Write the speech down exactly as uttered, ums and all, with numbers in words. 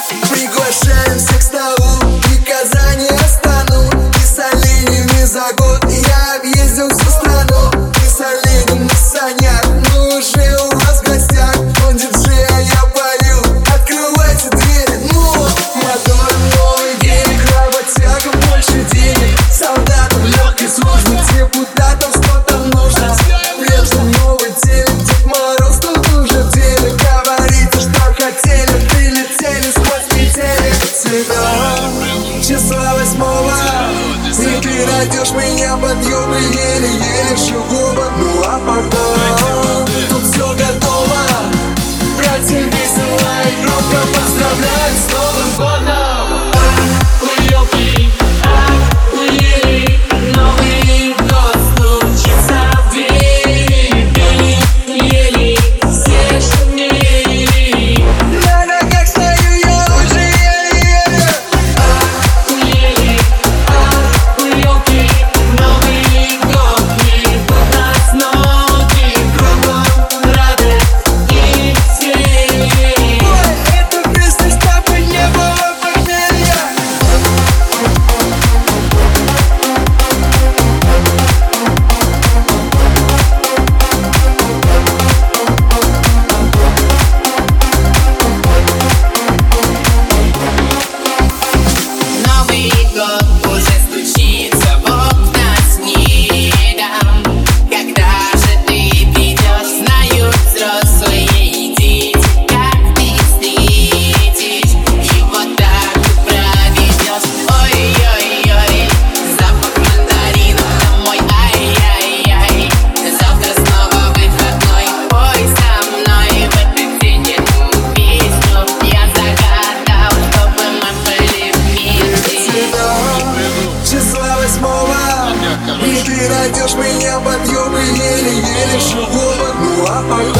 Приглашаем всех к столу, и Казань я стану. И с оленями за год я объездил всю страну. И с оленем на санях, мы уже у вас в гостях. Он диджей, а я пою, открывайте двери. Ну, мотор, новый век, работягам больше денег, солдатам легкой службы, депутатам что там нужно. Прежде новый телек, Дед Мороз тут уже в деле. Говорите, что хотели, прилетели сквозь метели. Цветов числа восьмого, и ты найдешь меня под юбкой, еле-еле шагова. Ну а потом тут все готово, братья весело и громко поздравляют с Новым годом. У елки, ах, у ели, Новый год стучится в двери. Пели, ели, все шумели. На ногах стою я уже еле-еле. Ах, у ели, ах, у елки, Новый год гребут нас ноги. Кругом радость и веселье. Ой, эта песня, чтобы не было похмелья. Новый год уже стучится в окна с миром. Когда же ты придешь, знают взрослые и дети. Как ты встретишь и вот так ты проведешь. Ой-ой-ой, запах мандаринов домой. Ай-яй-яй, завтра снова выходной. Пой со мной в этот день эту песню. Я загадал, чтобы мы были вместе. Числа восьмого, и ты найдешь меня под юбкой, еле-еле шагова. Ну а потом